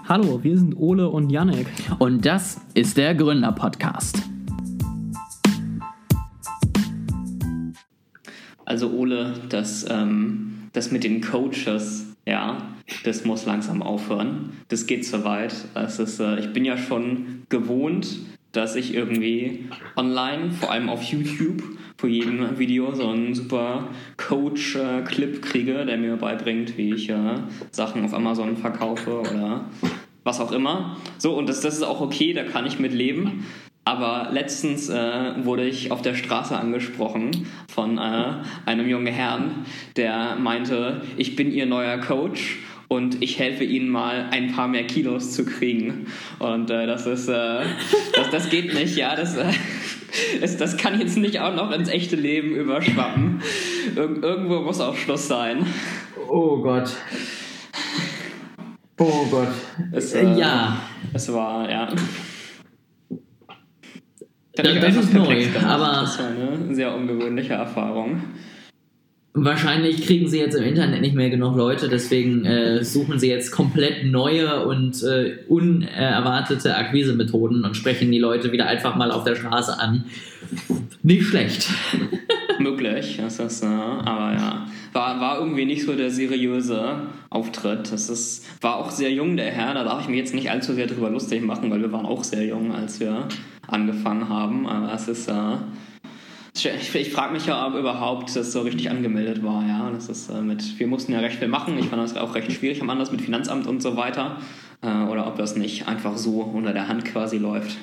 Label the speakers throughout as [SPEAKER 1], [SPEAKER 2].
[SPEAKER 1] Hallo, wir sind Ole und Jannik.
[SPEAKER 2] Und das ist der Gründer-Podcast.
[SPEAKER 3] Also Ole, das mit den Coaches, ja, das muss langsam aufhören. Das geht zu weit. Ich bin ja schon gewohnt, dass ich irgendwie online, vor allem auf YouTube, vor jedem Video so einen super Coach-Clip kriege, der mir beibringt, wie ich Sachen auf Amazon verkaufe oder was auch immer. So, und das ist auch okay, da kann ich mit leben. Aber letztens wurde ich auf der Straße angesprochen von einem jungen Herrn, der meinte, ich bin Ihr neuer Coach und ich helfe Ihnen mal ein paar mehr Kilos zu kriegen. Und das geht nicht, ja, das kann jetzt nicht auch noch ins echte Leben überschwappen. Irgendwo muss auch Schluss sein.
[SPEAKER 2] Oh Gott. Oh Gott.
[SPEAKER 3] Es war.
[SPEAKER 2] Das ist neu, aber
[SPEAKER 3] das war eine sehr ungewöhnliche Erfahrung.
[SPEAKER 2] Wahrscheinlich kriegen sie jetzt im Internet nicht mehr genug Leute, deswegen suchen sie jetzt komplett neue und unerwartete Akquisemethoden und sprechen die Leute wieder einfach mal auf der Straße an. Nicht schlecht.
[SPEAKER 3] Möglich, aber ja, war irgendwie nicht so der seriöse Auftritt. War auch sehr jung, der Herr, da darf ich mich jetzt nicht allzu sehr drüber lustig machen, weil wir waren auch sehr jung, als wir angefangen haben, aber ich frage mich ja, ob überhaupt das so richtig angemeldet war, ja. Wir mussten ja recht viel machen, ich fand das auch recht schwierig am Anfang mit Finanzamt und so weiter, oder ob das nicht einfach so unter der Hand quasi läuft.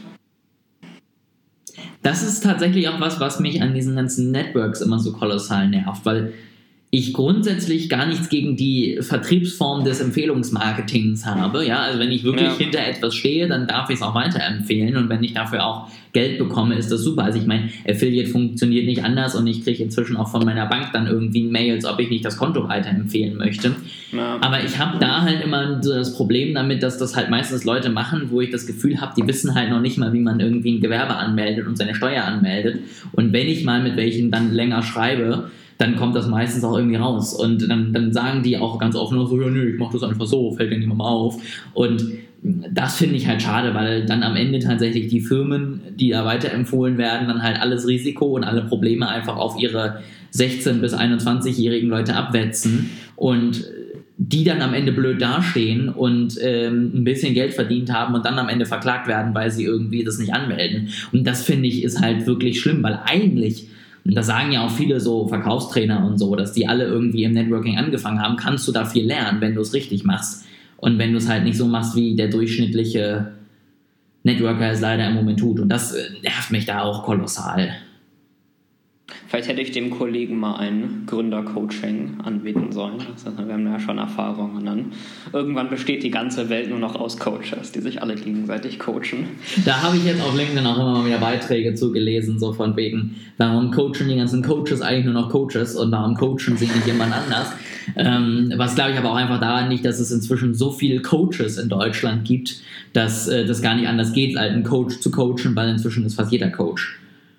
[SPEAKER 2] Das ist tatsächlich auch was mich an diesen ganzen Networks immer so kolossal nervt, weil ich grundsätzlich gar nichts gegen die Vertriebsform des Empfehlungsmarketings habe. Ja, also wenn ich wirklich hinter etwas stehe, dann darf ich es auch weiterempfehlen und wenn ich dafür auch Geld bekomme, ist das super. Also ich meine, Affiliate funktioniert nicht anders und ich kriege inzwischen auch von meiner Bank dann irgendwie Mails, ob ich nicht das Konto weiterempfehlen möchte. Ja. Aber ich habe da halt immer so das Problem damit, dass das halt meistens Leute machen, wo ich das Gefühl habe, die wissen halt noch nicht mal, wie man irgendwie ein Gewerbe anmeldet und seine Steuer anmeldet. Und wenn ich mal mit welchen dann länger schreibe, dann kommt das meistens auch irgendwie raus. Und dann sagen die auch ganz offen so, ja, nö, ich mach das einfach so, fällt ja niemandem auf. Und das finde ich halt schade, weil dann am Ende tatsächlich die Firmen, die da weiterempfohlen werden, dann halt alles Risiko und alle Probleme einfach auf ihre 16- bis 21-jährigen Leute abwetzen und die dann am Ende blöd dastehen und ein bisschen Geld verdient haben und dann am Ende verklagt werden, weil sie irgendwie das nicht anmelden. Und das finde ich ist halt wirklich schlimm, weil eigentlich, und das sagen ja auch viele so Verkaufstrainer und so, dass die alle irgendwie im Networking angefangen haben, kannst du da viel lernen, wenn du es richtig machst. Und wenn du es halt nicht so machst, wie der durchschnittliche Networker es leider im Moment tut. Und das nervt mich da auch kolossal.
[SPEAKER 3] Vielleicht hätte ich dem Kollegen mal ein Gründer-Coaching anbieten sollen. Wir haben ja schon Erfahrung. Und dann irgendwann besteht die ganze Welt nur noch aus Coaches, die sich alle gegenseitig coachen.
[SPEAKER 2] Da habe ich jetzt auf LinkedIn auch immer mal wieder Beiträge zu gelesen, so von wegen, warum coachen die ganzen Coaches eigentlich nur noch Coaches und warum coachen sie nicht jemand anders? Was glaube ich aber auch einfach daran liegt, dass es inzwischen so viele Coaches in Deutschland gibt, dass das gar nicht anders geht, als einen Coach zu coachen, weil inzwischen ist fast jeder Coach.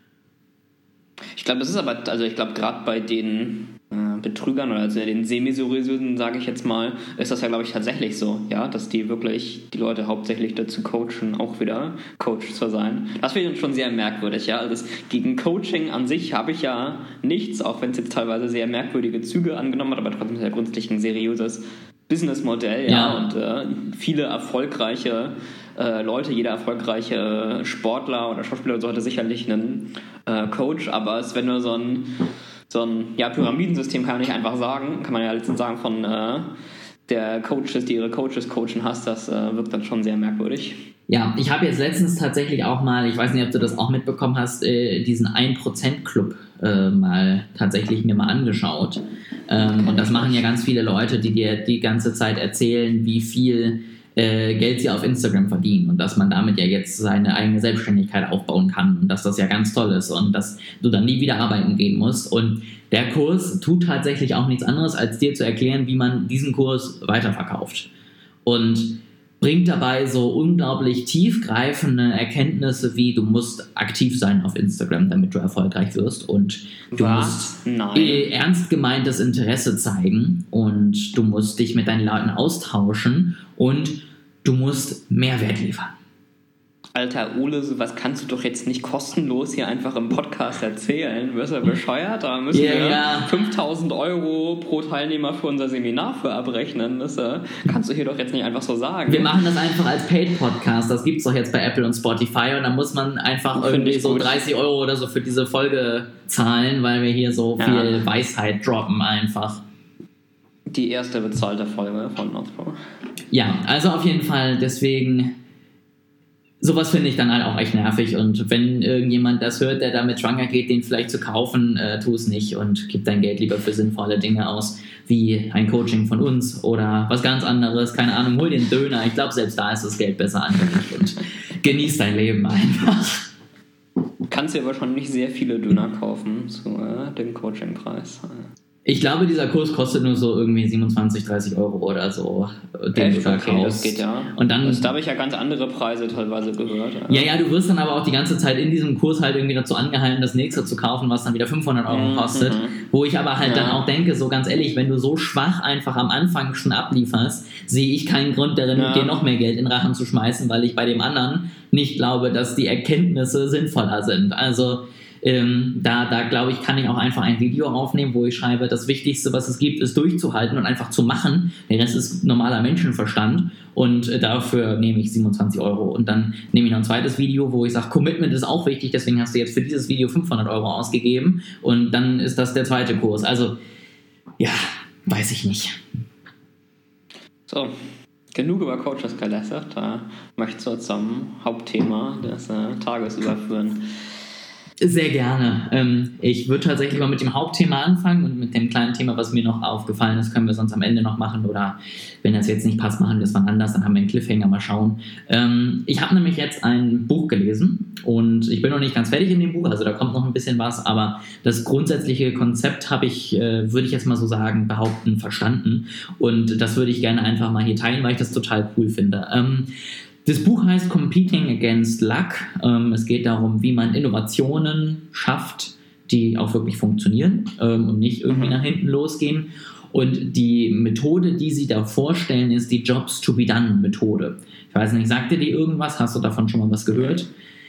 [SPEAKER 3] Ich glaube, gerade bei den Betrügern oder also den Semi-seriösen, sage ich jetzt mal, ist das ja, glaube ich, tatsächlich so, ja, dass die wirklich die Leute hauptsächlich dazu coachen, auch wieder Coach zu sein. Das finde ich schon sehr merkwürdig, ja. Also gegen Coaching an sich habe ich ja nichts, auch wenn es jetzt teilweise sehr merkwürdige Züge angenommen hat, aber trotzdem ist ja grundsätzlich ein seriöses Businessmodell, ja. Und viele erfolgreiche Leute, jeder erfolgreiche Sportler oder Schauspieler so hatte sicherlich einen Coach, aber es wäre nur so ein Pyramidensystem, kann man nicht einfach sagen, kann man ja letztens sagen von der Coaches, die ihre Coaches coachen hast, das wirkt dann schon sehr merkwürdig.
[SPEAKER 2] Ja, ich habe jetzt letztens tatsächlich auch mal, ich weiß nicht, ob du das auch mitbekommen hast, diesen 1%-Club mal tatsächlich mir mal angeschaut. Und das machen ja ganz viele Leute, die dir die ganze Zeit erzählen, wie viel Geld sie auf Instagram verdienen und dass man damit ja jetzt seine eigene Selbstständigkeit aufbauen kann und dass das ja ganz toll ist und dass du dann nie wieder arbeiten gehen musst. Und der Kurs tut tatsächlich auch nichts anderes, als dir zu erklären, wie man diesen Kurs weiterverkauft. Und bringt dabei so unglaublich tiefgreifende Erkenntnisse wie, du musst aktiv sein auf Instagram, damit du erfolgreich wirst und du musst ernst gemeintes Interesse zeigen und du musst dich mit deinen Leuten austauschen und du musst Mehrwert liefern.
[SPEAKER 3] Alter Ole, sowas kannst du doch jetzt nicht kostenlos hier einfach im Podcast erzählen. Wirst du bescheuert? Da müssen wir 5.000 € pro Teilnehmer für unser Seminar für abrechnen. Das kannst du hier doch jetzt nicht einfach so sagen.
[SPEAKER 2] Wir machen das einfach als Paid-Podcast. Das gibt es doch jetzt bei Apple und Spotify. Und dann muss man einfach irgendwie so 30 € oder so für diese Folge zahlen, weil wir hier so viel Weisheit droppen einfach.
[SPEAKER 3] Die erste bezahlte Folge von Nordpro.
[SPEAKER 2] Ja, also auf jeden Fall deswegen... Sowas finde ich dann halt auch echt nervig, und wenn irgendjemand das hört, der damit schwanger geht, den vielleicht zu kaufen, tu es nicht und gib dein Geld lieber für sinnvolle Dinge aus, wie ein Coaching von uns oder was ganz anderes, keine Ahnung, hol den Döner, ich glaube, selbst da ist das Geld besser angelegt, und genieß dein Leben einfach.
[SPEAKER 3] Du kannst dir aber schon nicht sehr viele Döner kaufen zu dem Coachingpreis.
[SPEAKER 2] Ich glaube, dieser Kurs kostet nur so irgendwie 27, 30 € oder so, den du da kaufst.
[SPEAKER 3] Das geht ja.
[SPEAKER 2] Und dann,
[SPEAKER 3] also, da habe ich ja ganz andere Preise teilweise gehört.
[SPEAKER 2] Ja, du wirst dann aber auch die ganze Zeit in diesem Kurs halt irgendwie dazu angehalten, das nächste zu kaufen, was dann wieder 500 € kostet. Wo ich aber halt dann auch denke, so ganz ehrlich, wenn du so schwach einfach am Anfang schon ablieferst, sehe ich keinen Grund darin, dir noch mehr Geld in den Rachen zu schmeißen, weil ich bei dem anderen nicht glaube, dass die Erkenntnisse sinnvoller sind. Also da glaube ich, kann ich auch einfach ein Video aufnehmen, wo ich schreibe, das Wichtigste, was es gibt, ist durchzuhalten und einfach zu machen. Der Rest ist normaler Menschenverstand, und dafür nehme ich 27 €. Und dann nehme ich noch ein zweites Video, wo ich sage, Commitment ist auch wichtig, deswegen hast du jetzt für dieses Video 500 € ausgegeben, und dann ist das der zweite Kurs. Also, ja, weiß ich nicht.
[SPEAKER 3] So, genug über Coaches gelästert. Da möchtest du zum Hauptthema des Tages überführen.
[SPEAKER 2] Sehr gerne. Ich würde tatsächlich mal mit dem Hauptthema anfangen, und mit dem kleinen Thema, was mir noch aufgefallen ist, können wir sonst am Ende noch machen, oder wenn das jetzt nicht passt, machen wir es wann anders, dann haben wir einen Cliffhanger, mal schauen. Ich habe nämlich jetzt ein Buch gelesen, und ich bin noch nicht ganz fertig in dem Buch, also da kommt noch ein bisschen was, aber das grundsätzliche Konzept habe ich, würde ich jetzt mal so sagen, behaupten, verstanden, und das würde ich gerne einfach mal hier teilen, weil ich das total cool finde. Das Buch heißt Competing Against Luck. Es geht darum, wie man Innovationen schafft, die auch wirklich funktionieren und nicht irgendwie nach hinten losgehen. Und die Methode, die sie da vorstellen, ist die Jobs to be done Methode. Ich weiß nicht, sagt dir die irgendwas? Hast du davon schon mal was gehört?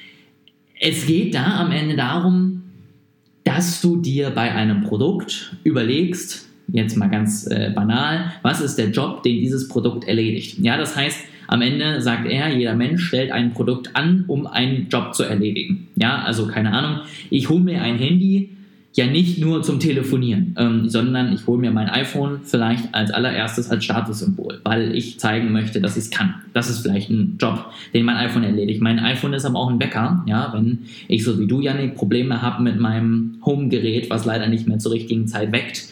[SPEAKER 2] Es geht da am Ende darum, dass du dir bei einem Produkt überlegst, jetzt mal ganz banal, was ist der Job, den dieses Produkt erledigt? Ja, das heißt, am Ende sagt er, jeder Mensch stellt ein Produkt an, um einen Job zu erledigen. Ja, also keine Ahnung, ich hole mir ein Handy ja nicht nur zum Telefonieren, sondern ich hole mir mein iPhone vielleicht als allererstes als Statussymbol, weil ich zeigen möchte, dass ich es kann. Das ist vielleicht ein Job, den mein iPhone erledigt. Mein iPhone ist aber auch ein Wecker, ja, wenn ich so wie du, Yannick, Probleme habe mit meinem Home-Gerät, was leider nicht mehr zur richtigen Zeit weckt.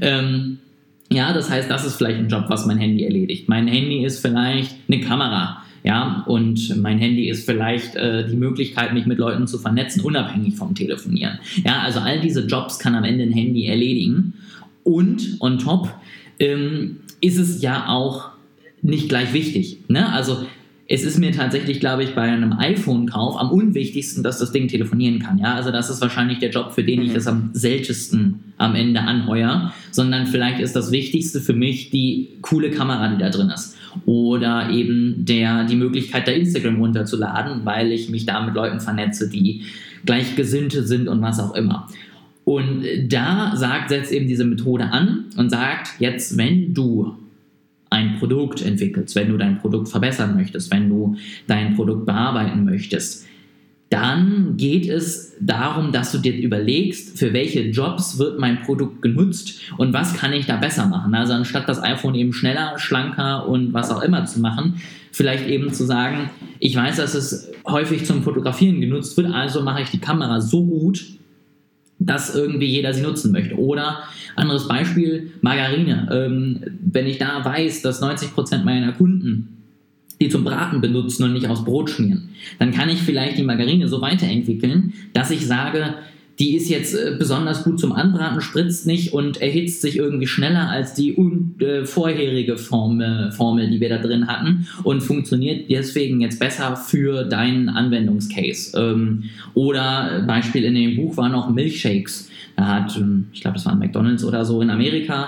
[SPEAKER 2] Ja, das heißt, das ist vielleicht ein Job, was mein Handy erledigt. Mein Handy ist vielleicht eine Kamera, ja, und mein Handy ist vielleicht die Möglichkeit, mich mit Leuten zu vernetzen, unabhängig vom Telefonieren. Ja, also all diese Jobs kann am Ende ein Handy erledigen. Und on top ist es ja auch nicht gleich wichtig, ne? Also es ist mir tatsächlich, glaube ich, bei einem iPhone-Kauf am unwichtigsten, dass das Ding telefonieren kann. Ja? Also das ist wahrscheinlich der Job, für den ich das am seltensten am Ende anheuere, sondern vielleicht ist das Wichtigste für mich die coole Kamera, die da drin ist. Oder eben die Möglichkeit, da Instagram runterzuladen, weil ich mich da mit Leuten vernetze, die Gleichgesinnte sind und was auch immer. Und da setzt eben diese Methode an und sagt, jetzt, wenn du ein Produkt entwickelst, wenn du dein Produkt verbessern möchtest, wenn du dein Produkt bearbeiten möchtest, dann geht es darum, dass du dir überlegst, für welche Jobs wird mein Produkt genutzt und was kann ich da besser machen. Also anstatt das iPhone eben schneller, schlanker und was auch immer zu machen, vielleicht eben zu sagen, ich weiß, dass es häufig zum Fotografieren genutzt wird, also mache ich die Kamera so gut, dass irgendwie jeder sie nutzen möchte. Oder, anderes Beispiel, Margarine. Wenn ich da weiß, dass 90% meiner Kunden die zum Braten benutzen und nicht aufs Brot schmieren, dann kann ich vielleicht die Margarine so weiterentwickeln, dass ich sage, die ist jetzt besonders gut zum Anbraten, spritzt nicht und erhitzt sich irgendwie schneller als die vorherige Formel, die wir da drin hatten, und funktioniert deswegen jetzt besser für deinen Anwendungscase. Oder Beispiel in dem Buch waren auch Milkshakes. Da hat, ich glaube, das war ein McDonald's oder so in Amerika,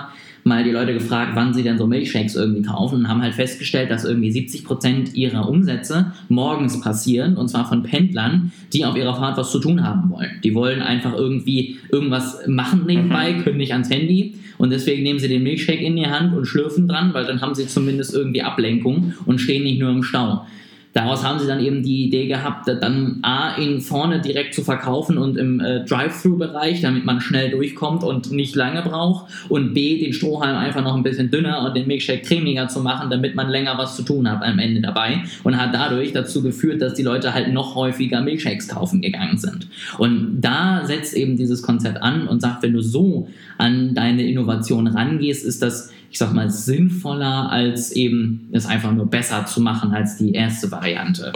[SPEAKER 2] mal die Leute gefragt, wann sie denn so Milkshakes irgendwie kaufen und haben halt festgestellt, dass irgendwie 70% ihrer Umsätze morgens passieren, und zwar von Pendlern, die auf ihrer Fahrt was zu tun haben wollen. Die wollen einfach irgendwie irgendwas machen nebenbei, können nicht ans Handy, und deswegen nehmen sie den Milkshake in die Hand und schlürfen dran, weil dann haben sie zumindest irgendwie Ablenkung und stehen nicht nur im Stau. Daraus haben sie dann eben die Idee gehabt, dann A, ihn vorne direkt zu verkaufen und im Drive-Thru-Bereich, damit man schnell durchkommt und nicht lange braucht, und B, den Strohhalm einfach noch ein bisschen dünner und den Milkshake cremiger zu machen, damit man länger was zu tun hat am Ende dabei, und hat dadurch dazu geführt, dass die Leute halt noch häufiger Milkshakes kaufen gegangen sind. Und da setzt eben dieses Konzept an und sagt, wenn du so an deine Innovation rangehst, ist das, ich sag mal, sinnvoller, als eben es einfach nur besser zu machen als die erste Variante.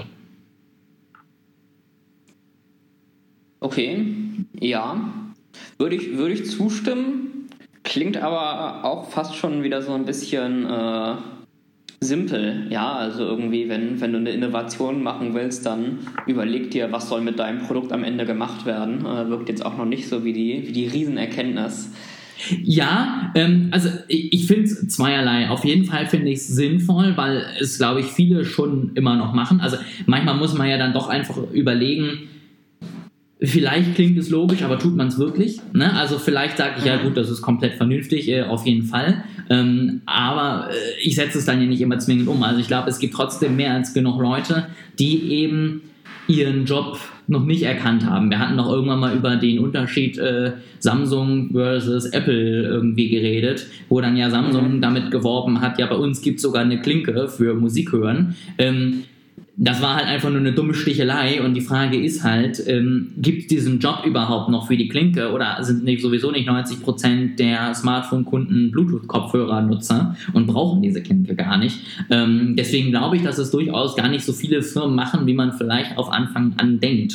[SPEAKER 3] Okay, ja, würde ich zustimmen, klingt aber auch fast schon wieder so ein bisschen simpel, ja, also irgendwie, wenn du eine Innovation machen willst, dann überleg dir, was soll mit deinem Produkt am Ende gemacht werden, wirkt jetzt auch noch nicht so wie die Riesenerkenntnis.
[SPEAKER 2] Ja, also ich finde es zweierlei. Auf jeden Fall finde ich es sinnvoll, weil es, glaube ich, viele schon immer noch machen. Also manchmal muss man ja dann doch einfach überlegen, vielleicht klingt es logisch, aber tut man es wirklich? Ne? Also vielleicht sage ich, ja gut, das ist komplett vernünftig, auf jeden Fall. Aber ich setze es dann ja nicht immer zwingend um. Also ich glaube, es gibt trotzdem mehr als genug Leute, die eben ihren Job noch nicht erkannt haben. Wir hatten noch irgendwann mal über den Unterschied Samsung versus Apple irgendwie geredet, wo dann ja Samsung damit geworben hat, ja, bei uns gibt es sogar eine Klinke für Musik hören. Das war halt einfach nur eine dumme Stichelei, und die Frage ist halt, gibt es diesen Job überhaupt noch für die Klinke, oder sind sowieso nicht 90% der Smartphone-Kunden Bluetooth-Kopfhörer-Nutzer und brauchen diese Klinke gar nicht? Deswegen glaube ich, dass es durchaus gar nicht so viele Firmen machen, wie man vielleicht auf Anfang an denkt.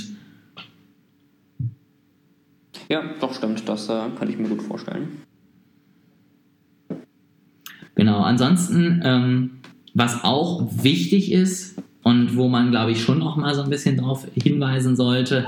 [SPEAKER 3] Ja, doch, stimmt, das kann ich mir gut vorstellen.
[SPEAKER 2] Genau, ansonsten, was auch wichtig ist, und wo man, glaube ich, schon noch mal so ein bisschen darauf hinweisen sollte,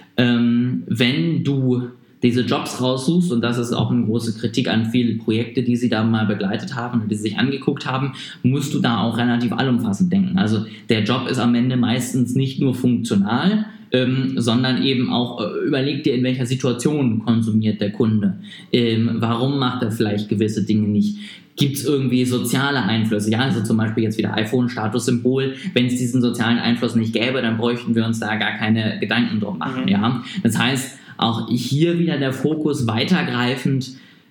[SPEAKER 2] wenn du diese Jobs raussuchst, und das ist auch eine große Kritik an viele Projekte, die sie da mal begleitet haben und die sie sich angeguckt haben, musst du da auch relativ allumfassend denken. Also der Job ist am Ende meistens nicht nur funktional, sondern eben auch, überleg dir, in welcher Situation konsumiert der Kunde. Warum macht er vielleicht gewisse Dinge nicht? Gibt es irgendwie soziale Einflüsse? Ja, also zum Beispiel jetzt wieder iPhone, Statussymbol. Wenn es diesen sozialen Einfluss nicht gäbe, dann bräuchten wir uns da gar keine Gedanken drum machen. Ja? Das heißt, auch hier wieder der Fokus weitergreifend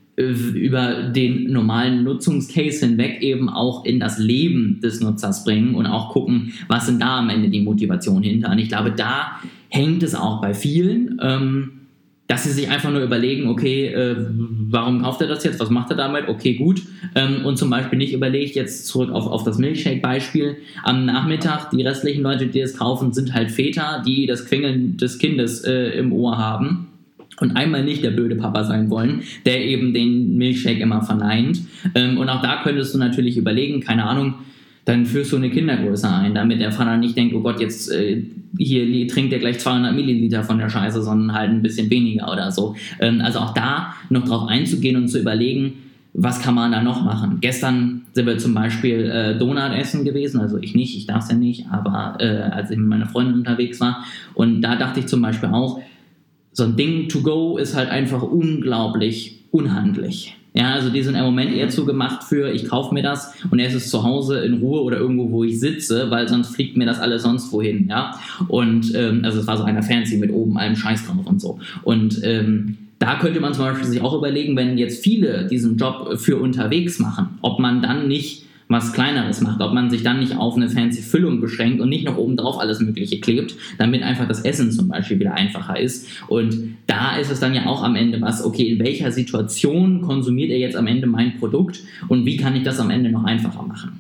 [SPEAKER 2] über den normalen Nutzungscase hinweg eben auch in das Leben des Nutzers bringen und auch gucken, was sind da am Ende die Motivation hinter. Und ich glaube, da hängt es auch bei vielen, dass sie sich einfach nur überlegen, okay, warum kauft er das jetzt, was macht er damit, okay, gut, und zum Beispiel nicht überlegt, jetzt zurück auf das Milkshake-Beispiel, am Nachmittag, die restlichen Leute, die es kaufen, sind halt Väter, die das Quengeln des Kindes im Ohr haben und einmal nicht der blöde Papa sein wollen, der eben den Milkshake immer verneint. Und auch da könntest du natürlich überlegen, keine Ahnung, dann führst du eine Kindergröße ein, damit der Vater nicht denkt, oh Gott, jetzt hier trinkt er gleich 200 Milliliter von der Scheiße, sondern halt ein bisschen weniger oder so. Also auch da noch drauf einzugehen und zu überlegen, was kann man da noch machen. Gestern sind wir zum Beispiel Donut essen gewesen, also ich nicht, ich darf es ja nicht, aber als ich mit meiner Freundin unterwegs war, und da dachte ich zum Beispiel auch, so ein Ding to go ist halt einfach unglaublich unhandlich. Ja, also die sind im Moment eher zugemacht für, ich kaufe mir das und esse es zu Hause in Ruhe oder irgendwo, wo ich sitze, weil sonst fliegt mir das alles sonst wohin, ja. Und also es war so einer Fancy mit oben allem Scheiß drauf und so. Und da könnte man zum Beispiel sich auch überlegen, wenn jetzt viele diesen Job für unterwegs machen, ob man dann nicht was Kleineres macht, ob man sich dann nicht auf eine fancy Füllung beschränkt und nicht noch obendrauf alles Mögliche klebt, damit einfach das Essen zum Beispiel wieder einfacher ist. Und da ist es dann ja auch am Ende was, okay, in welcher Situation konsumiert er jetzt am Ende mein Produkt und wie kann ich das am Ende noch einfacher machen?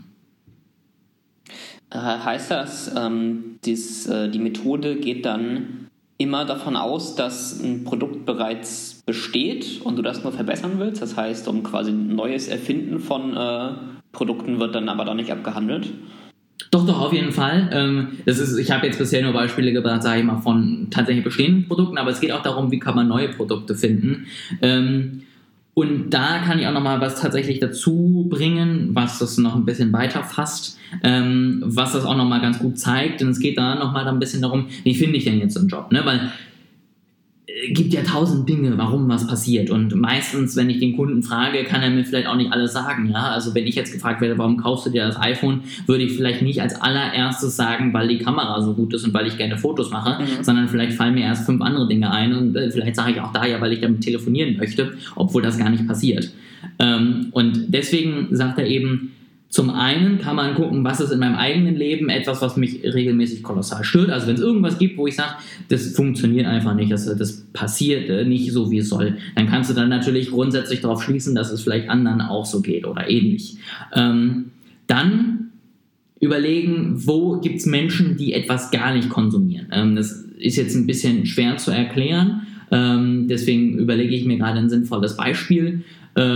[SPEAKER 3] Heißt das, die Methode geht dann immer davon aus, dass ein Produkt bereits besteht und du das nur verbessern willst? Das heißt, um quasi ein neues Erfinden von Produkten wird dann aber da nicht abgehandelt?
[SPEAKER 2] Doch, auf jeden Fall. Ich habe jetzt bisher nur Beispiele gebracht, sage ich mal, von tatsächlich bestehenden Produkten, aber es geht auch darum, wie kann man neue Produkte finden. Und da kann ich auch nochmal was tatsächlich dazu bringen, was das noch ein bisschen weiter fasst, was das auch nochmal ganz gut zeigt. Denn es geht da nochmal ein bisschen darum, wie finde ich denn jetzt so einen Job? Ne? Weil gibt ja 1000 Dinge, warum was passiert. Und meistens, wenn ich den Kunden frage, kann er mir vielleicht auch nicht alles sagen. Ja? Also wenn ich jetzt gefragt werde, warum kaufst du dir das iPhone, würde ich vielleicht nicht als allererstes sagen, weil die Kamera so gut ist und weil ich gerne Fotos mache, sondern vielleicht fallen mir erst 5 andere Dinge ein und vielleicht sage ich auch da ja, weil ich damit telefonieren möchte, obwohl das gar nicht passiert. Und deswegen sagt er eben, zum einen kann man gucken, was ist in meinem eigenen Leben etwas, was mich regelmäßig kolossal stört. Also wenn es irgendwas gibt, wo ich sage, das funktioniert einfach nicht, das passiert nicht so, wie es soll, dann kannst du dann natürlich grundsätzlich darauf schließen, dass es vielleicht anderen auch so geht oder ähnlich. Dann überlegen, wo gibt es Menschen, die etwas gar nicht konsumieren. Das ist jetzt ein bisschen schwer zu erklären, deswegen überlege ich mir gerade ein sinnvolles Beispiel.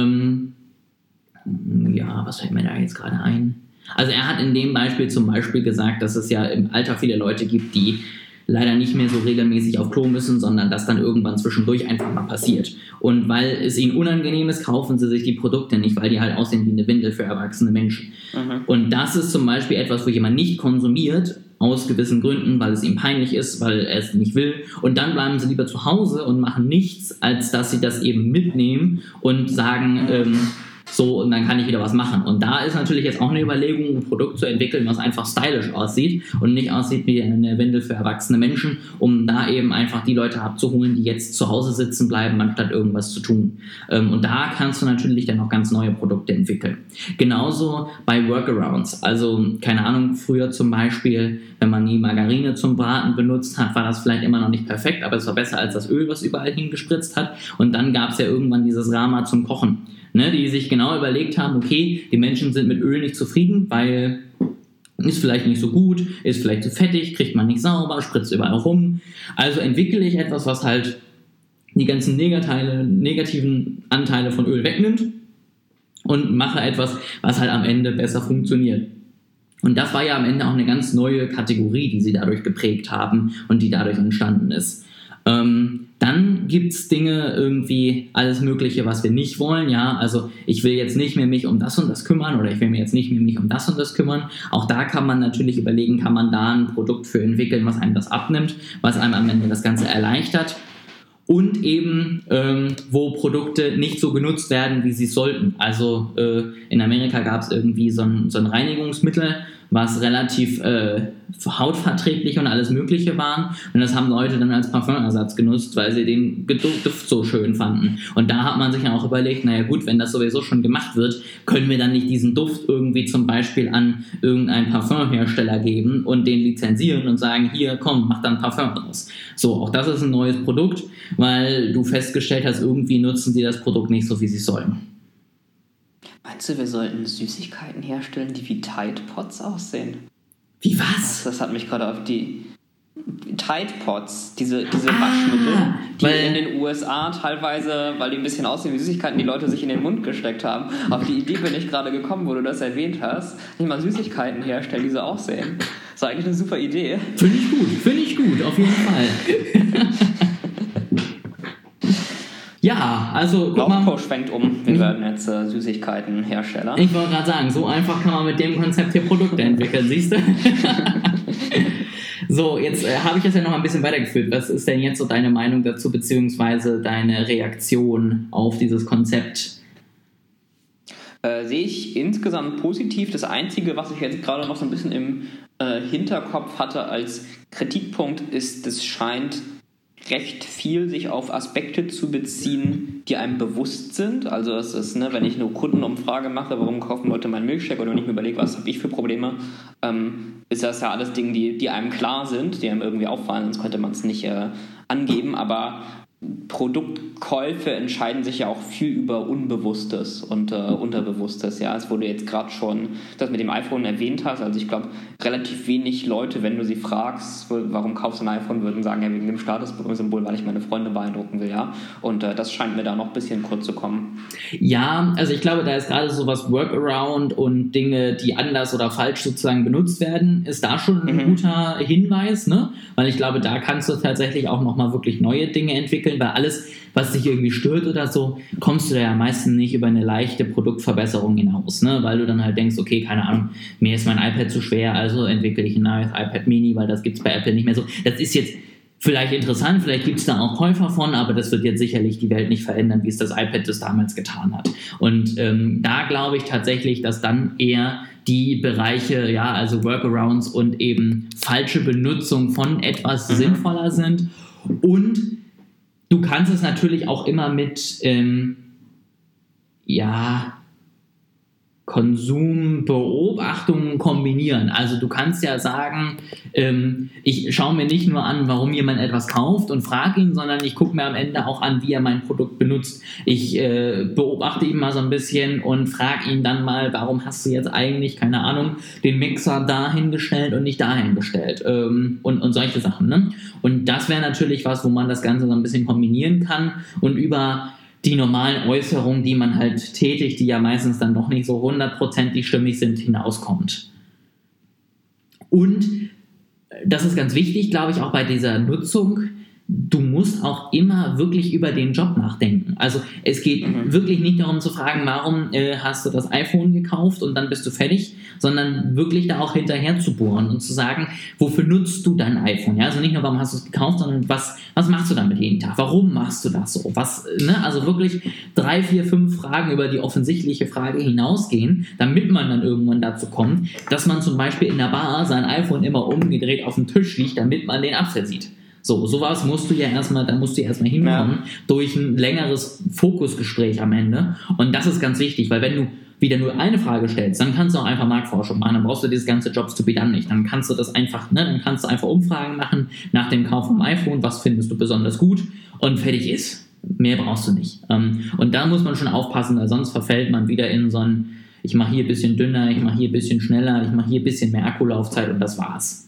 [SPEAKER 2] Ja, was fällt mir da jetzt gerade ein? Also er hat in dem Beispiel zum Beispiel gesagt, dass es ja im Alter viele Leute gibt, die leider nicht mehr so regelmäßig auf Klo müssen, sondern das dann irgendwann zwischendurch einfach mal passiert. Und weil es ihnen unangenehm ist, kaufen sie sich die Produkte nicht, weil die halt aussehen wie eine Windel für erwachsene Menschen. Und das ist zum Beispiel etwas, wo jemand nicht konsumiert, aus gewissen Gründen, weil es ihm peinlich ist, weil er es nicht will. Und dann bleiben sie lieber zu Hause und machen nichts, als dass sie das eben mitnehmen und sagen, so, und dann kann ich wieder was machen. Und da ist natürlich jetzt auch eine Überlegung, ein Produkt zu entwickeln, was einfach stylisch aussieht und nicht aussieht wie eine Windel für erwachsene Menschen, um da eben einfach die Leute abzuholen, die jetzt zu Hause sitzen bleiben, anstatt irgendwas zu tun. Und da kannst du natürlich dann auch ganz neue Produkte entwickeln. Genauso bei Workarounds. Also, keine Ahnung, früher zum Beispiel, wenn man nie Margarine zum Braten benutzt hat, war das vielleicht immer noch nicht perfekt, aber es war besser als das Öl, was überall hingespritzt hat. Und dann gab es ja irgendwann dieses Rama zum Kochen. Ne, die sich genau überlegt haben, okay, die Menschen sind mit Öl nicht zufrieden, weil ist vielleicht nicht so gut, ist vielleicht zu fettig, kriegt man nicht sauber, spritzt überall rum. Also entwickle ich etwas, was halt die ganzen negativen Anteile von Öl wegnimmt und mache etwas, was halt am Ende besser funktioniert. Und das war ja am Ende auch eine ganz neue Kategorie, die sie dadurch geprägt haben und die dadurch entstanden ist. Dann gibt es Dinge, irgendwie alles Mögliche, was wir nicht wollen. Ja, also ich will jetzt nicht mehr mich um das und das kümmern oder ich will mir jetzt nicht mehr mich um das und das kümmern. Auch da kann man natürlich überlegen, kann man da ein Produkt für entwickeln, was einem das abnimmt, was einem am Ende das Ganze erleichtert. Und eben, wo Produkte nicht so genutzt werden, wie sie sollten. Also in Amerika gab es irgendwie so ein Reinigungsmittel, was relativ hautverträglich und alles Mögliche waren. Und das haben Leute dann als Parfümersatz genutzt, weil sie den Duft so schön fanden. Und da hat man sich ja auch überlegt, naja gut, wenn das sowieso schon gemacht wird, können wir dann nicht diesen Duft irgendwie zum Beispiel an irgendeinen Parfümhersteller geben und den lizenzieren und sagen, hier, komm, mach dann Parfüm draus. So, auch das ist ein neues Produkt, weil du festgestellt hast, irgendwie nutzen sie das Produkt nicht so, wie sie sollen.
[SPEAKER 3] Meinst du, wir sollten Süßigkeiten herstellen, die wie Tide Pods aussehen?
[SPEAKER 2] Wie was?
[SPEAKER 3] Das hat mich gerade auf die Tide Pods, diese Waschmittel, die in den USA teilweise, weil die ein bisschen aussehen wie Süßigkeiten, die Leute sich in den Mund gesteckt haben. Auf die Idee bin ich gerade gekommen, wo du das erwähnt hast. Nicht mal Süßigkeiten herstellen, die so aussehen. Das war eigentlich eine super Idee.
[SPEAKER 2] Finde ich gut, auf jeden Fall. Ja, also guck mal.
[SPEAKER 3] Laufco schwenkt um. Wir werden jetzt Süßigkeitenhersteller.
[SPEAKER 2] Ich wollte gerade sagen, so einfach kann man mit dem Konzept hier Produkte entwickeln, siehst du? So, jetzt habe ich das ja noch ein bisschen weitergeführt. Was ist denn jetzt so deine Meinung dazu, beziehungsweise deine Reaktion auf dieses Konzept?
[SPEAKER 3] Sehe ich insgesamt positiv. Das Einzige, was ich jetzt gerade noch so ein bisschen im Hinterkopf hatte als Kritikpunkt, ist, es scheint recht viel sich auf Aspekte zu beziehen, die einem bewusst sind. Also es ist, wenn ich eine Kundenumfrage mache, warum kaufen Leute meinen Milkshake, oder wenn ich mir überlege, was habe ich für Probleme, ist das ja alles Dinge, die einem klar sind, die einem irgendwie auffallen, sonst könnte man es nicht angeben, aber Produktkäufe entscheiden sich ja auch viel über Unbewusstes und Unterbewusstes. Ja, es wurde jetzt gerade schon das mit dem iPhone erwähnt hast. Also ich glaube, relativ wenig Leute, wenn du sie fragst, warum kaufst du ein iPhone, würden sagen, ja, wegen dem Statussymbol, weil ich meine Freunde beeindrucken will. Ja, und das scheint mir da noch ein bisschen kurz zu kommen.
[SPEAKER 2] Ja, also ich glaube, da ist gerade so was Workaround und Dinge, die anders oder falsch sozusagen benutzt werden, ist da schon ein guter Hinweis, ne? Weil ich glaube, da kannst du tatsächlich auch nochmal wirklich neue Dinge entwickeln. entwickeln, weil alles, was dich irgendwie stört oder so, kommst du da ja meistens nicht über eine leichte Produktverbesserung hinaus, ne? Weil du dann halt denkst, okay, keine Ahnung, mir ist mein iPad zu schwer, also entwickle ich ein neues iPad Mini, weil das gibt es bei Apple nicht mehr so. Das ist jetzt vielleicht interessant, vielleicht gibt es da auch Käufer von, aber das wird jetzt sicherlich die Welt nicht verändern, wie es das iPad das damals getan hat. Und da glaube ich tatsächlich, dass dann eher die Bereiche, ja, also Workarounds und eben falsche Benutzung von etwas sinnvoller sind. Und du kannst es natürlich auch immer mit, Konsumbeobachtungen kombinieren. Also du kannst ja sagen, ich schaue mir nicht nur an, warum jemand etwas kauft und frage ihn, sondern ich gucke mir am Ende auch an, wie er mein Produkt benutzt. Ich beobachte ihn mal so ein bisschen und frage ihn dann mal, warum hast du jetzt eigentlich, keine Ahnung, den Mixer dahin gestellt und nicht dahin gestellt und solche Sachen. Ne? Und das wäre natürlich was, wo man das Ganze so ein bisschen kombinieren kann und über die normalen Äußerungen, die man halt tätigt, die ja meistens dann doch nicht so 100% stimmig sind, hinauskommt. Und das ist ganz wichtig, glaube ich, auch bei dieser Nutzung. Du musst auch immer wirklich über den Job nachdenken. Also es geht wirklich nicht darum zu fragen, warum hast du das iPhone gekauft und dann bist du fertig, sondern wirklich da auch hinterher zu bohren und zu sagen, wofür nutzt du dein iPhone? Ja? Also nicht nur, warum hast du es gekauft, sondern was machst du damit jeden Tag? Warum machst du das so? Also wirklich 3, 4, 5 Fragen über die offensichtliche Frage hinausgehen, damit man dann irgendwann dazu kommt, dass man zum Beispiel in der Bar sein iPhone immer umgedreht auf dem Tisch liegt, damit man den Apfel sieht. Sowas musst du ja erstmal hinkommen durch ein längeres Fokusgespräch am Ende. Und das ist ganz wichtig, weil wenn du wieder nur eine Frage stellst, dann kannst du auch einfach Marktforschung machen, dann brauchst du dieses ganze Jobs to be done nicht. Dann kannst du das einfach, dann kannst du einfach Umfragen machen nach dem Kauf vom iPhone, was findest du besonders gut und fertig ist. Mehr brauchst du nicht. Und da muss man schon aufpassen, weil sonst verfällt man wieder in so ein, ich mache hier ein bisschen dünner, ich mache hier ein bisschen schneller, ich mache hier ein bisschen mehr Akkulaufzeit und das war's.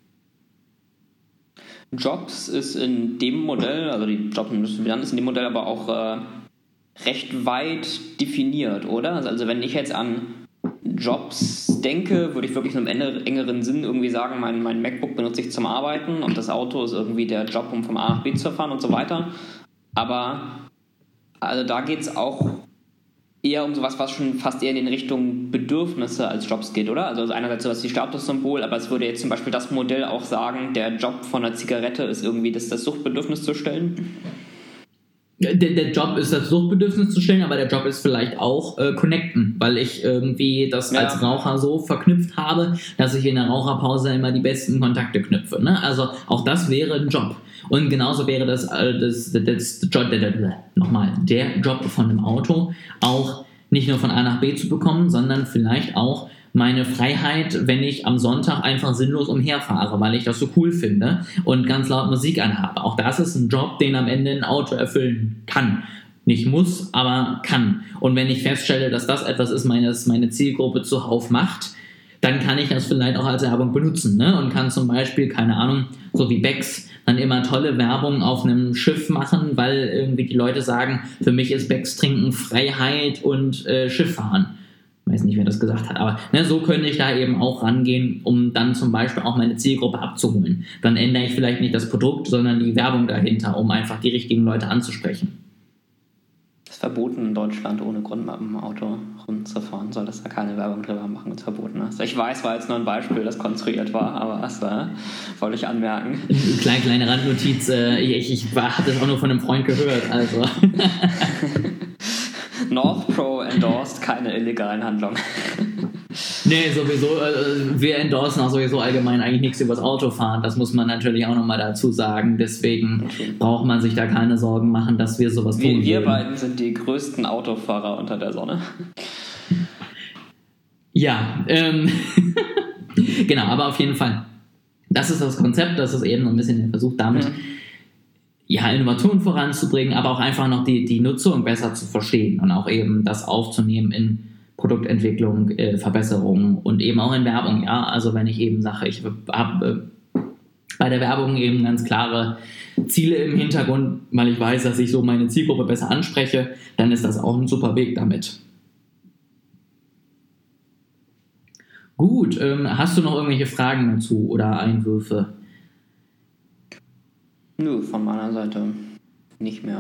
[SPEAKER 3] Jobs ist in dem Modell, also die Jobs ist in dem Modell aber auch recht weit definiert, oder? Also wenn ich jetzt an Jobs denke, würde ich wirklich in einem engeren Sinn irgendwie sagen, mein MacBook benutze ich zum Arbeiten und das Auto ist irgendwie der Job, um vom A nach B zu fahren und so weiter. Aber also da geht es auch eher um sowas, was schon fast eher in Richtung Bedürfnisse als Jobs geht, oder? Also einerseits sowas wie Statussymbol, aber es würde jetzt zum Beispiel das Modell auch sagen, der Job von einer Zigarette ist irgendwie das Suchtbedürfnis zu stillen.
[SPEAKER 2] Der Job ist das Suchtbedürfnis zu stillen, aber der Job ist vielleicht auch connecten, weil ich irgendwie das als Raucher so verknüpft habe, dass ich in der Raucherpause immer die besten Kontakte knüpfe. Ne? Also auch das wäre ein Job. Und genauso wäre der Job von einem Auto auch nicht nur von A nach B zu bekommen, sondern vielleicht auch meine Freiheit, wenn ich am Sonntag einfach sinnlos umherfahre, weil ich das so cool finde und ganz laut Musik anhabe. Auch das ist ein Job, den am Ende ein Auto erfüllen kann. Nicht muss, aber kann. Und wenn ich feststelle, dass das etwas ist, meine Zielgruppe zuhauf macht, dann kann ich das vielleicht auch als Werbung benutzen, ne? Und kann zum Beispiel, keine Ahnung, so wie Becks, dann immer tolle Werbung auf einem Schiff machen, weil irgendwie die Leute sagen, für mich ist Becks trinken Freiheit und Schifffahren. Ich weiß nicht, wer das gesagt hat, aber so könnte ich da eben auch rangehen, um dann zum Beispiel auch meine Zielgruppe abzuholen. Dann ändere ich vielleicht nicht das Produkt, sondern die Werbung dahinter, um einfach die richtigen Leute anzusprechen.
[SPEAKER 3] Es ist verboten in Deutschland, ohne Grund mit dem Auto rumzufahren. Soll das da keine Werbung drüber machen, ist verboten. Also ich weiß, war jetzt nur ein Beispiel, das konstruiert war, aber das wollte ich anmerken.
[SPEAKER 2] Kleine Randnotiz, ich hatte es auch nur von einem Freund gehört, also...
[SPEAKER 3] North Pro endorsed keine illegalen Handlungen.
[SPEAKER 2] Nee, sowieso, wir endorsen auch sowieso allgemein eigentlich nichts übers Autofahren. Das muss man natürlich auch nochmal dazu sagen. Deswegen braucht man sich da keine Sorgen machen, dass wir sowas tun.
[SPEAKER 3] Wir beiden sind die größten Autofahrer unter der Sonne.
[SPEAKER 2] Ja, genau, aber auf jeden Fall. Das ist das Konzept, das ist eben so ein bisschen der Versuch damit, Innovationen voranzubringen, aber auch einfach noch die Nutzung besser zu verstehen und auch eben das aufzunehmen in Produktentwicklung, Verbesserungen und eben auch in Werbung. Ja, also wenn ich eben sage, ich habe bei der Werbung eben ganz klare Ziele im Hintergrund, weil ich weiß, dass ich so meine Zielgruppe besser anspreche, dann ist das auch ein super Weg damit. Gut, hast du noch irgendwelche Fragen dazu oder Einwürfe?
[SPEAKER 3] Nö, von meiner Seite nicht mehr.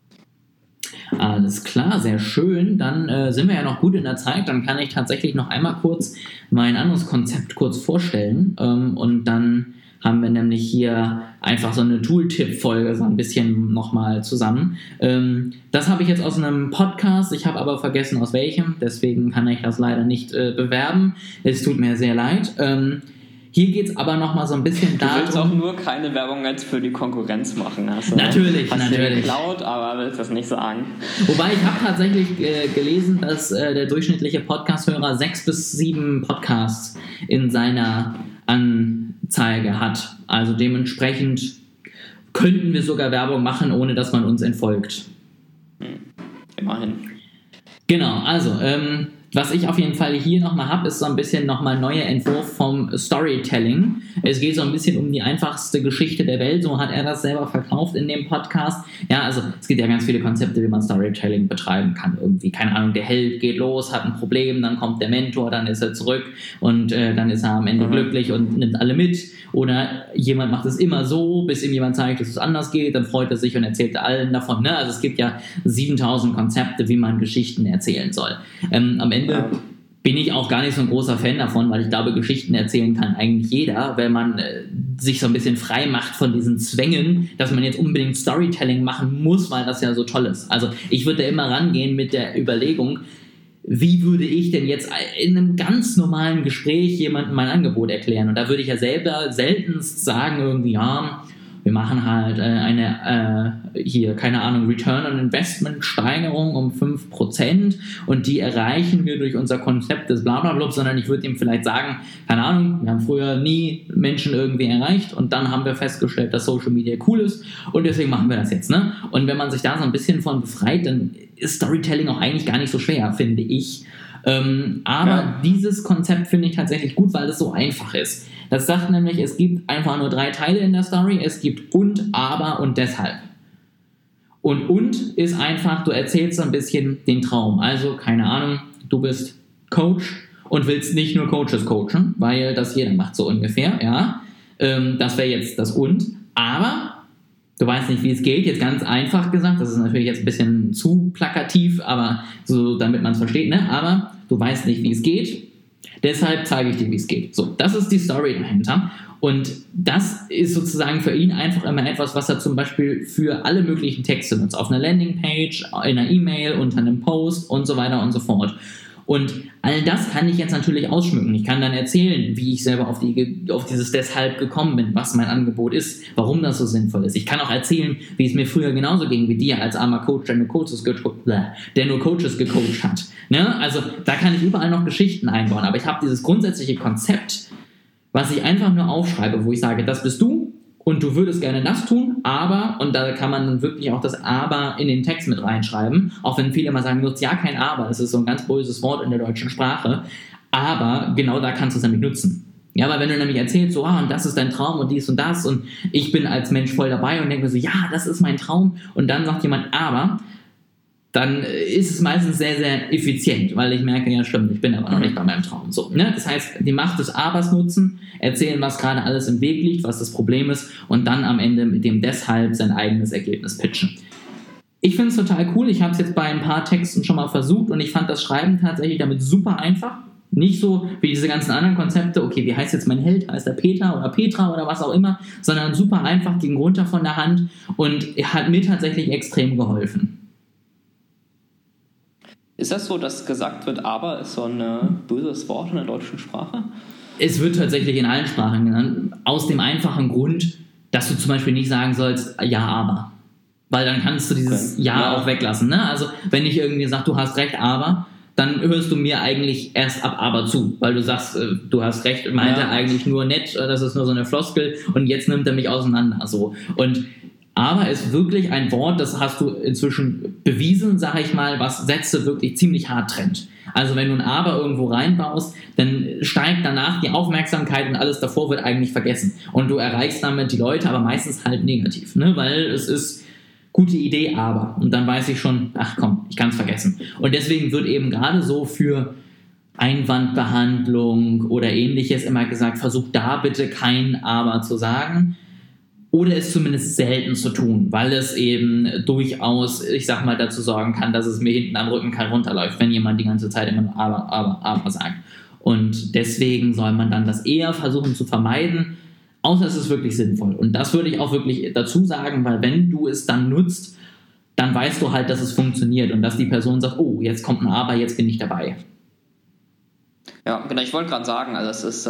[SPEAKER 2] Alles klar, sehr schön. Dann sind wir ja noch gut in der Zeit. Dann kann ich tatsächlich noch einmal kurz mein anderes Konzept kurz vorstellen. Und dann haben wir nämlich hier einfach so eine Tooltip-Folge so ein bisschen nochmal zusammen. Das habe ich jetzt aus einem Podcast. Ich habe aber vergessen, aus welchem. Deswegen kann ich das leider nicht bewerben. Es tut mir sehr leid. Hier geht es aber nochmal so ein bisschen darum...
[SPEAKER 3] Du willst auch nur keine Werbung jetzt für die Konkurrenz machen. Hast du
[SPEAKER 2] natürlich.
[SPEAKER 3] geklaut, aber willst das nicht sagen.
[SPEAKER 2] Wobei, ich habe tatsächlich gelesen, dass der durchschnittliche Podcast-Hörer 6 bis 7 Podcasts in seiner Anzeige hat. Also dementsprechend könnten wir sogar Werbung machen, ohne dass man uns entfolgt.
[SPEAKER 3] Immerhin.
[SPEAKER 2] Genau, also... was ich auf jeden Fall hier nochmal habe, ist so ein bisschen nochmal ein neuer Entwurf vom Storytelling. Es geht so ein bisschen um die einfachste Geschichte der Welt, so hat er das selber verkauft in dem Podcast. Ja, also es gibt ja ganz viele Konzepte, wie man Storytelling betreiben kann. Irgendwie, keine Ahnung, der Held geht los, hat ein Problem, dann kommt der Mentor, dann ist er zurück und dann ist er am Ende glücklich und nimmt alle mit. Oder jemand macht es immer so, bis ihm jemand zeigt, dass es anders geht, dann freut er sich und erzählt allen davon. Ne? Also es gibt ja 7000 Konzepte, wie man Geschichten erzählen soll. Am Ende bin ich auch gar nicht so ein großer Fan davon, weil ich glaube, Geschichten erzählen kann eigentlich jeder, wenn man sich so ein bisschen frei macht von diesen Zwängen, dass man jetzt unbedingt Storytelling machen muss, weil das ja so toll ist. Also ich würde da immer rangehen mit der Überlegung, wie würde ich denn jetzt in einem ganz normalen Gespräch jemandem mein Angebot erklären? Und da würde ich ja selber seltenst sagen irgendwie, ja, wir machen halt keine Ahnung, Return on Investment Steigerung um 5% und die erreichen wir durch unser Konzept des Blablabla, sondern ich würde ihm vielleicht sagen, keine Ahnung, wir haben früher nie Menschen irgendwie erreicht und dann haben wir festgestellt, dass Social Media cool ist und deswegen machen wir das jetzt, ne? Und wenn man sich da so ein bisschen von befreit, dann ist Storytelling auch eigentlich gar nicht so schwer, finde ich. Aber dieses Konzept finde ich tatsächlich gut, weil es so einfach ist. Das sagt nämlich, es gibt einfach nur 3 Teile in der Story. Es gibt und, aber und deshalb. Und ist einfach, du erzählst so ein bisschen den Traum. Also, keine Ahnung, du bist Coach und willst nicht nur Coaches coachen, weil das jeder macht so ungefähr, ja. Das wäre jetzt das und. Aber du weißt nicht, wie es geht, jetzt ganz einfach gesagt, das ist natürlich jetzt ein bisschen zu plakativ, aber so, damit man es versteht, ne? Aber du weißt nicht, wie es geht, deshalb zeige ich dir, wie es geht. So, das ist die Story dahinter und das ist sozusagen für ihn einfach immer etwas, was er zum Beispiel für alle möglichen Texte nutzt, auf einer Landingpage, in einer E-Mail, unter einem Post und so weiter und so fort. Und all das kann ich jetzt natürlich ausschmücken. Ich kann dann erzählen, wie ich selber auf dieses Deshalb gekommen bin, was mein Angebot ist, warum das so sinnvoll ist. Ich kann auch erzählen, wie es mir früher genauso ging wie dir als armer Coach, der nur Coaches gecoacht hat. Ne? Also da kann ich überall noch Geschichten einbauen. Aber ich habe dieses grundsätzliche Konzept, was ich einfach nur aufschreibe, wo ich sage, das bist du und du würdest gerne das tun, aber, und da kann man dann wirklich auch das Aber in den Text mit reinschreiben, auch wenn viele immer sagen, nutzt ja kein Aber, das ist so ein ganz böses Wort in der deutschen Sprache, aber genau da kannst du es nämlich nutzen. Ja, weil wenn du nämlich erzählst, so, und das ist dein Traum und dies und das und ich bin als Mensch voll dabei und denke mir so, ja, das ist mein Traum und dann sagt jemand aber, dann ist es meistens sehr, sehr effizient, weil ich merke, ja stimmt, ich bin aber noch nicht bei meinem Traum. So, ne? Das heißt, die Macht des Abers nutzen, erzählen, was gerade alles im Weg liegt, was das Problem ist und dann am Ende mit dem deshalb sein eigenes Ergebnis pitchen. Ich finde es total cool, ich habe es jetzt bei ein paar Texten schon mal versucht und ich fand das Schreiben tatsächlich damit super einfach. Nicht so wie diese ganzen anderen Konzepte, okay, wie heißt jetzt mein Held, heißt er Peter oder Petra oder was auch immer, sondern super einfach, ging runter von der Hand und hat mir tatsächlich extrem geholfen.
[SPEAKER 3] Ist das so, dass gesagt wird, aber ist so ein böses Wort in der deutschen Sprache?
[SPEAKER 2] Es wird tatsächlich in allen Sprachen genannt, aus dem einfachen Grund, dass du zum Beispiel nicht sagen sollst, ja, aber. Weil dann kannst du dieses Ja auch weglassen. Ne? Also wenn ich irgendwie sage, du hast recht, aber, dann hörst du mir eigentlich erst ab aber zu, weil du sagst, du hast recht, meint er eigentlich nur nett, das ist nur so eine Floskel und jetzt nimmt er mich auseinander. So. Und aber ist wirklich ein Wort, das hast du inzwischen bewiesen, sag ich mal, was Sätze wirklich ziemlich hart trennt. Also wenn du ein Aber irgendwo reinbaust, dann steigt danach die Aufmerksamkeit und alles davor wird eigentlich vergessen. Und du erreichst damit die Leute, aber meistens halt negativ, ne? Weil es ist gute Idee, aber. Und dann weiß ich schon, ach komm, ich kann es vergessen. Und deswegen wird eben gerade so für Einwandbehandlung oder ähnliches immer gesagt, versuch da bitte kein Aber zu sagen. oder es zumindest selten zu tun, weil es eben durchaus, ich sag mal, dazu sorgen kann, dass es mir hinten am Rücken kalt runterläuft, wenn jemand die ganze Zeit immer nur aber sagt. Und deswegen soll man dann das eher versuchen zu vermeiden, außer es ist wirklich sinnvoll. Und das würde ich auch wirklich dazu sagen, weil wenn du es dann nutzt, dann weißt du halt, dass es funktioniert und dass die Person sagt, oh, jetzt kommt ein Aber, jetzt bin ich dabei.
[SPEAKER 3] Ja, genau, ich wollte gerade sagen, also es ist...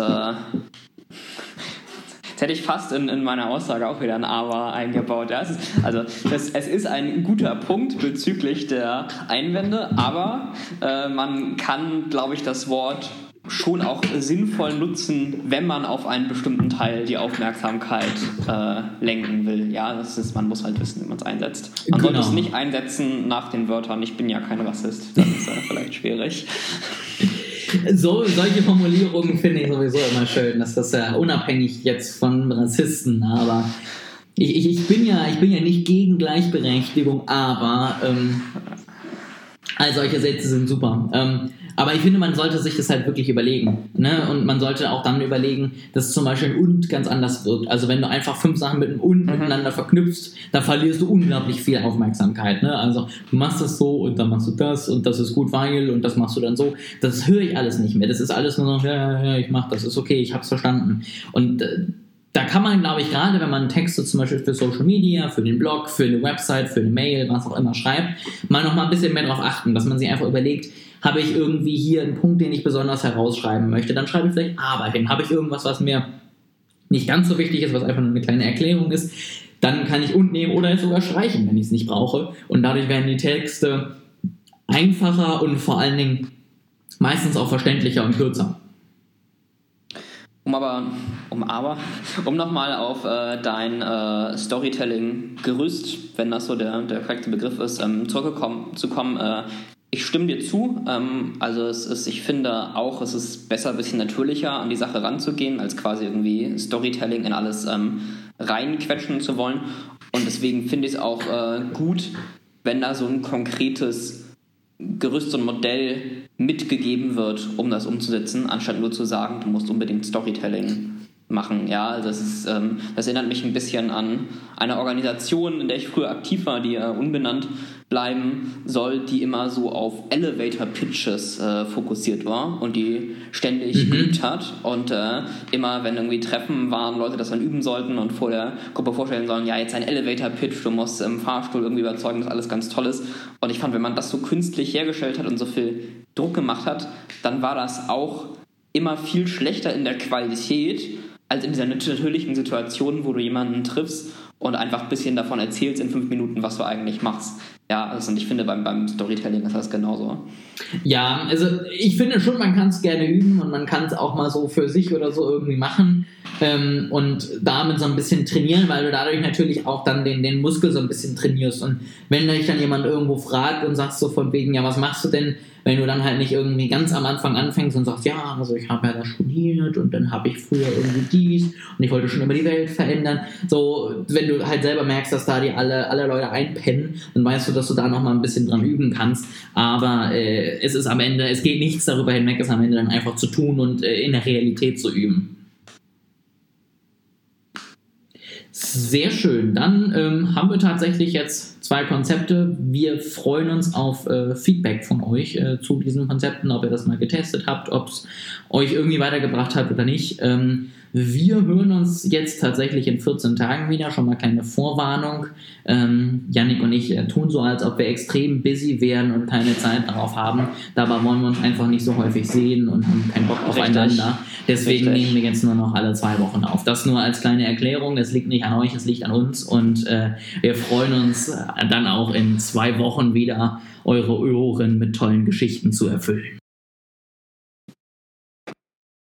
[SPEAKER 3] Jetzt hätte ich fast in meiner Aussage auch wieder ein Aber eingebaut. Ja, es ist ein guter Punkt bezüglich der Einwände, aber man kann, glaube ich, das Wort schon auch sinnvoll nutzen, wenn man auf einen bestimmten Teil die Aufmerksamkeit lenken will. Ja, man muss halt wissen, wie man es einsetzt. Man sollte es nicht einsetzen nach den Wörtern, ich bin ja kein Rassist, das ist vielleicht schwierig.
[SPEAKER 2] Solche Formulierungen finde ich sowieso immer schön, dass das ja unabhängig jetzt von Rassisten, aber ich bin ja nicht gegen Gleichberechtigung, aber all solche Sätze sind super. Aber ich finde, man sollte sich das halt wirklich überlegen. Ne? Und man sollte auch dann überlegen, dass zum Beispiel ein Und ganz anders wirkt. Also wenn du einfach 5 Sachen mit einem Und miteinander verknüpfst, dann verlierst du unglaublich viel Aufmerksamkeit. Ne? Also du machst das so und dann machst du das und das ist gut, weil und das machst du dann so. Das höre ich alles nicht mehr. Das ist alles nur noch, ja, ich mach das, ist okay, ich hab's verstanden. Und da kann man, glaube ich, gerade wenn man Texte zum Beispiel für Social Media, für den Blog, für eine Website, für eine Mail, was auch immer schreibt, mal noch mal ein bisschen mehr darauf achten, dass man sich einfach überlegt, habe ich irgendwie hier einen Punkt, den ich besonders herausschreiben möchte, dann schreibe ich vielleicht Aber hin. Habe ich irgendwas, was mir nicht ganz so wichtig ist, was einfach nur eine kleine Erklärung ist, dann kann ich Und nehmen oder es sogar streichen, wenn ich es nicht brauche. Und dadurch werden die Texte einfacher und vor allen Dingen meistens auch verständlicher und kürzer.
[SPEAKER 3] Um nochmal auf dein Storytelling-Gerüst, wenn das so der korrekte Begriff ist, zurückzukommen, ich stimme dir zu. Ich finde auch, es ist besser, ein bisschen natürlicher an die Sache ranzugehen, als quasi irgendwie Storytelling in alles reinquetschen zu wollen. Und deswegen finde ich es auch gut, wenn da so ein konkretes Gerüst und Modell mitgegeben wird, um das umzusetzen, anstatt nur zu sagen, du musst unbedingt Storytelling machen. Ja, das erinnert mich ein bisschen an eine Organisation, in der ich früher aktiv war, die unbenannt bleiben soll, die immer so auf Elevator-Pitches fokussiert war und die ständig geübt hat und immer, wenn irgendwie Treffen waren, Leute das dann üben sollten und vor der Gruppe vorstellen sollen, ja, jetzt ein Elevator-Pitch, du musst im Fahrstuhl irgendwie überzeugen, dass alles ganz toll ist. Und ich fand, wenn man das so künstlich hergestellt hat und so viel Druck gemacht hat, dann war das auch immer viel schlechter in der Qualität als in dieser natürlichen Situation, wo du jemanden triffst und einfach ein bisschen davon erzählst in 5 Minuten, was du eigentlich machst. Ja, also und ich finde, beim Storytelling ist das genauso.
[SPEAKER 2] Ja, also ich finde schon, man kann es gerne üben und man kann es auch mal so für sich oder so irgendwie machen und damit so ein bisschen trainieren, weil du dadurch natürlich auch dann den Muskel so ein bisschen trainierst. Und wenn dich dann jemand irgendwo fragt und sagst so von wegen, ja, was machst du denn, wenn du dann halt nicht irgendwie ganz am Anfang anfängst und sagst, ja, also ich habe ja da studiert und dann habe ich früher irgendwie dies und ich wollte schon immer die Welt verändern. So, wenn du halt selber merkst, dass da die alle Leute einpennen, dann weißt du, dass du da noch mal ein bisschen dran üben kannst. Aber es ist am Ende, es geht nichts darüber hinweg, es am Ende dann einfach zu tun und in der Realität zu üben. Sehr schön. Dann haben wir tatsächlich jetzt 2 Konzepte. Wir freuen uns auf Feedback von euch zu diesen Konzepten, ob ihr das mal getestet habt, ob es euch irgendwie weitergebracht hat oder nicht. Wir hören uns jetzt tatsächlich in 14 Tagen wieder. Schon mal kleine Vorwarnung. Yannick und ich tun so, als ob wir extrem busy wären und keine Zeit darauf haben. Dabei wollen wir uns einfach nicht so häufig sehen und haben keinen Bock aufeinander. Deswegen nehmen wir jetzt nur noch alle 2 Wochen auf. Das nur als kleine Erklärung. Es liegt nicht an euch, es liegt an uns. Und wir freuen uns dann auch in 2 Wochen wieder, eure Ohren mit tollen Geschichten zu erfüllen.